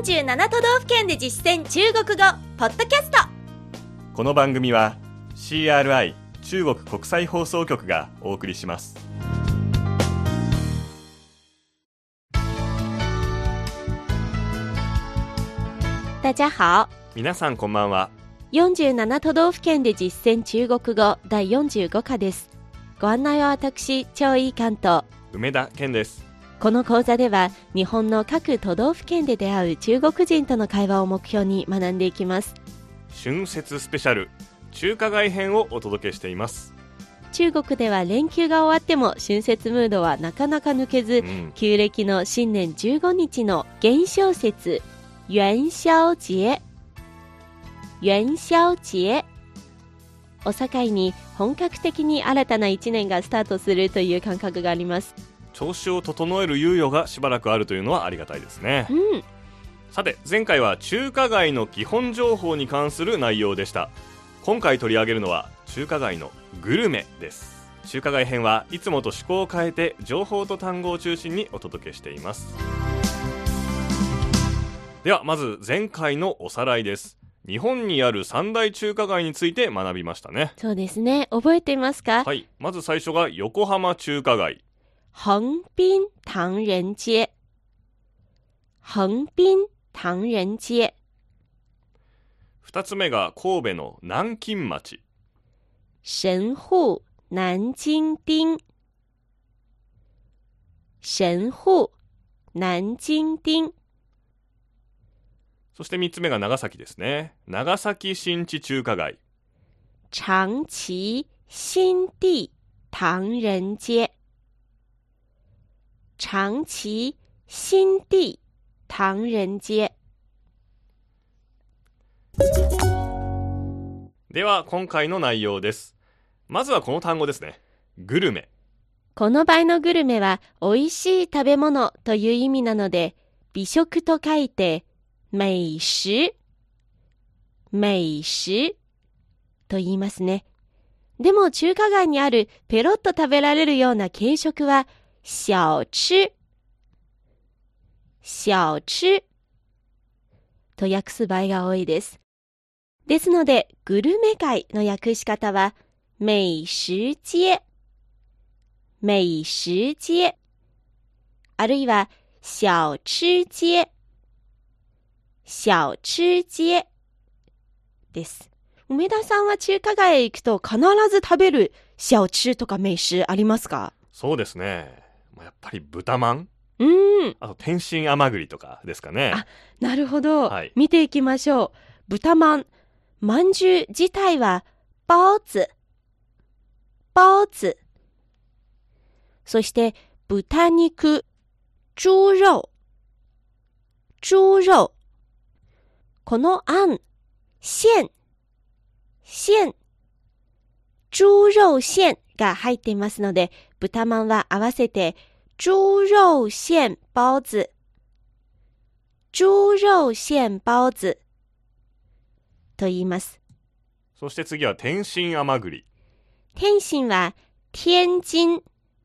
47都道府県で実践中国語ポッドキャスト。 この番組は CRI 中国国際放送局がお送りします。 大家好。 皆さんこんばんは。 47都道府県で実践中国語第45課です。ご案内は私、張井関と梅田健です。 この講座では日本の各都道府県で出会う中国人との会話を目標に学んでいきます。 春節スペシャル中華街編をお届けしています。 中国では連休が終わっても春節ムードはなかなか抜けず、旧暦の新年15日の元宵節元宵節を境に本格的に新たな1年がスタートするという感覚があります。 調子を整える猶予がしばらくあるというのはありがたいですね。さて前回は中華街の基本情報に関する内容でした。今回取り上げるのは中華街のグルメです。中華街編はいつもと趣向を変えて情報と単語を中心にお届けしています。ではまず前回のおさらいです。日本にある三大中華街について学びましたね。 そうですね。覚えていますか？ はい。まず最初が横浜中華街、 横濱唐人街、横濱唐人街。 二つ目が神戸の南京町、 神户南京町、神户南京町。 そして三つ目が長崎ですね。長崎新地中華街、 長崎新地唐人街、長崎新地唐人街。 では今回の内容です。まずはこの単語ですね。グルメ。 この場合のグルメは美味しい食べ物という意味なので、美食と書いて美食と言いますね。でも中華街にあるペロッと食べられるような軽食は小吃と訳す場合が多いです。ですのでグルメ街の訳し方は美食街あるいは小吃街です。梅田さんは中華街へ行くと必ず食べる小吃とか美食ありますか？ そうですね。やっぱり豚まん、あと天津甘栗とかですかね。 あ、なるほど、 はい、 見ていきましょう。豚まん、まんじゅう自体は包子。そして豚肉、猪肉。このあん、馅、猪肉馅が入っていますので、豚まんは合わせて猪肉馅包子と言います。 そして次は天津甘栗。 天津は天津。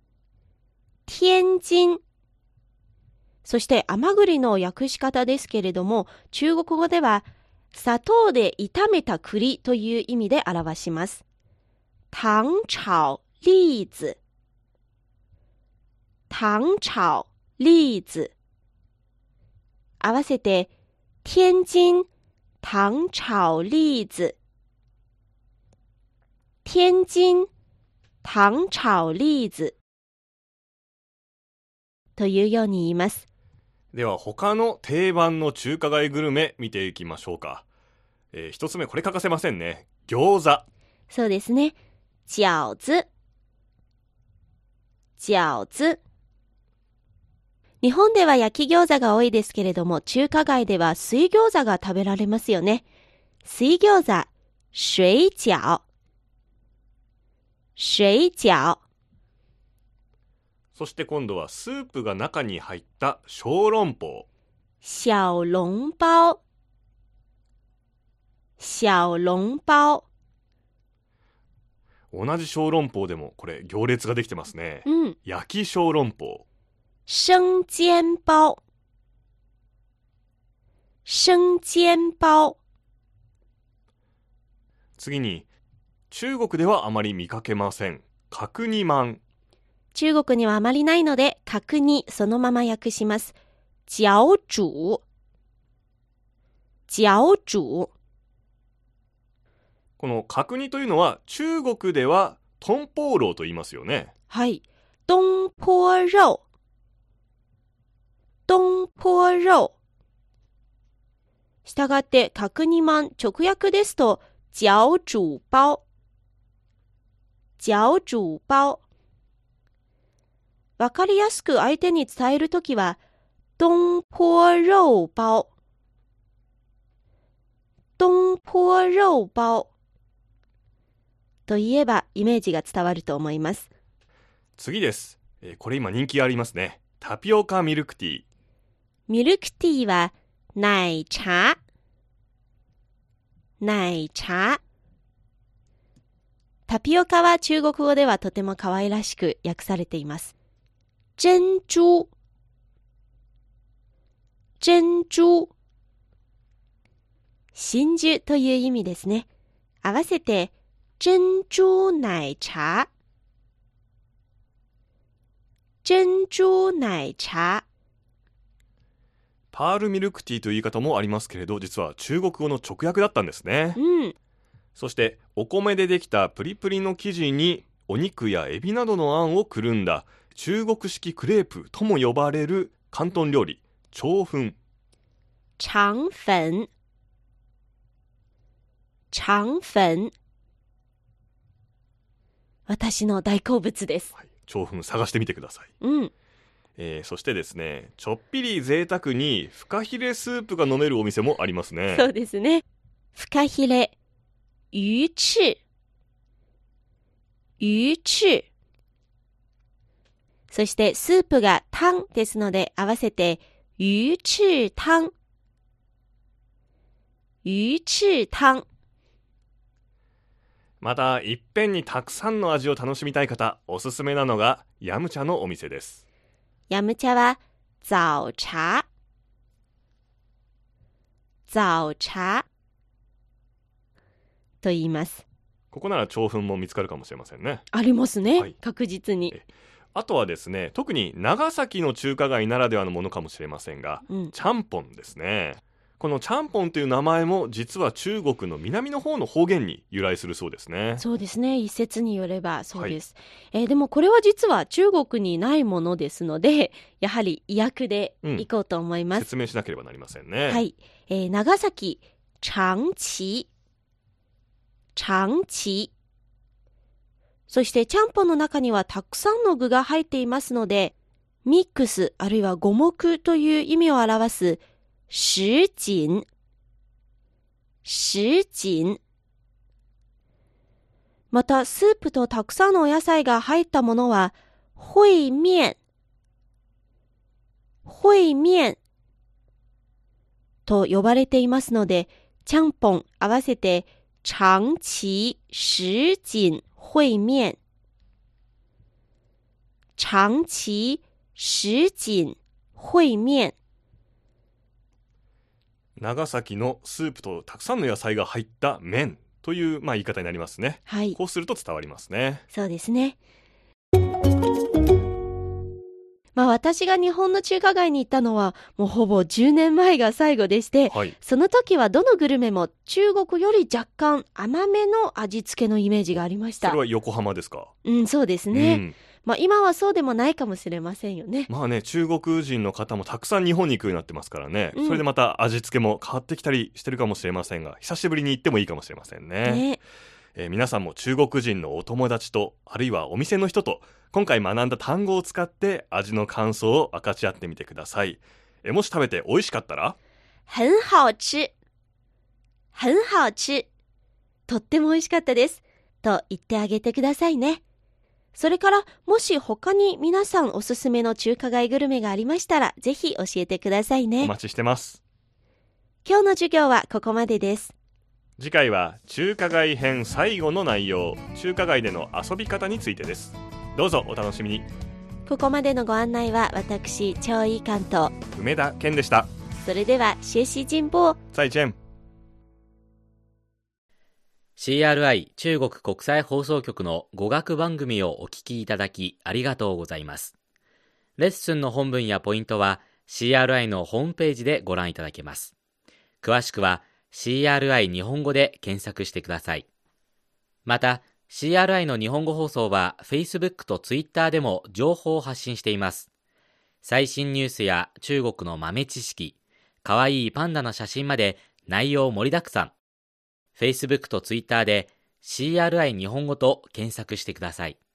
そして甘栗の訳し方ですけれども、中国語では砂糖で炒めた栗という意味で表します。糖炒栗子。合わせて天津糖炒栗子。というように言います。 では他の定番の中華街グルメ見ていきましょうか。一つ目、これ欠かせませんね。餃子。 そうですね。饺子。日本では焼き餃子が多いですけれども、中華街では水餃子が食べられますよね。水餃子、水餃。 そして今度はスープが中に入った小籠包。 小籠包。 同じ小籠包でもこれ行列ができてますね。焼き小籠包。 生煎包。 生煎包。 次に、中国ではあまり見かけません。角煮まん。 中国にはあまりないので、角煮そのまま訳します。饺煮。饺煮。 この角煮というのは中国ではトンポウロウと言いますよね。 はい。東坡肉。東坡肉。したがって角煮まん直訳ですと饺煮包。饺煮包。わかりやすく相手に伝えるときは東坡肉包。東坡肉包。と言えばイメージが伝わると思います。 次です。これ今人気ありますね。タピオカミルクティー。 ミルクティーは奶茶。奶茶。タピオカは中国語ではとても可愛らしく訳されています。珍珠。珍珠。真珠という意味ですね。合わせて珍珠奶茶。珍珠奶茶。 パールミルクティーという言い方もありますけれど、実は中国語の直訳だったんですね。そしてお米でできたプリプリの生地にお肉やエビなどのあんをくるんだ中国式クレープとも呼ばれる広東料理、腸粉。 腸粉。腸粉。私の大好物です。 腸粉探してみてください。そしてですね、ちょっぴり贅沢にフカヒレスープが飲めるお店もありますね。 そうですね。フカヒレ、魚翅、魚翅。そしてスープがタンですので合わせて魚翅タン。魚翅タン。 またいっぺんにたくさんの味を楽しみたい方、おすすめなのがヤムチャのお店です。 ヤムチャは早茶。早茶と言います。 ここなら腸粉も見つかるかもしれませんね。 ありますね、確実に。 あとはですね、特に長崎の中華街ならではのものかもしれませんが、ちゃんぽんですね。このちゃんぽんという名前も実は中国の南の方の方言に由来するそうですね。 そうですね、一説によればそうです。でもこれは実は中国にないものですので、やはり意訳でいこうと思います。 説明しなければなりませんね。 はい、長崎長崎。長崎。そしてちゃんぽんの中にはたくさんの具が入っていますので、ミックスあるいは五目という意味を表す什锦。什锦。またスープとたくさんのお野菜が入ったものは烩面。烩面と呼ばれていますので、ちゃんぽん合わせて長崎什锦烩面。長崎什锦烩面。 長崎のスープとたくさんの野菜が入った麺という、言い方になりますね。こうすると伝わりますね。 そうですね。私が日本の中華街に行ったのはもうほぼ10年前が最後でして、その時はどのグルメも中国より若干甘めの味付けのイメージがありました。 それは横浜ですか？ そうですね。今はそうでもないかもしれませんよね。 中国人の方もたくさん日本に行くようになってますからね、それでまた味付けも変わってきたりしてるかもしれませんが、久しぶりに行ってもいいかもしれませんね。皆さんも中国人のお友達と、あるいはお店の人と今回学んだ単語を使って味の感想を分かち合ってみてください。もし食べて美味しかったら很好吃。很好吃。とっても美味しかったですと言ってあげてくださいね。それからもし他に皆さんおすすめの中華街グルメがありましたらぜひ教えてくださいね。 お待ちしてます。 今日の授業はここまでです。 次回は中華街編最後の内容、中華街での遊び方についてです。どうぞお楽しみに。 ここまでのご案内は私、張井関東、 梅田健でした。 それでは学習進步。 再见。 CRI 中国国際放送局の語学番組をお聞きいただきありがとうございます。レッスンの本文やポイントは CRI のホームページでご覧いただけます。詳しくは CRI 日本語で検索してください。また CRI の日本語放送は Facebook と Twitter でも情報を発信しています。最新ニュースや中国の豆知識、かわいいパンダの写真まで内容盛りだくさん。Facebook と Twitter で CRI 日本語と検索してください。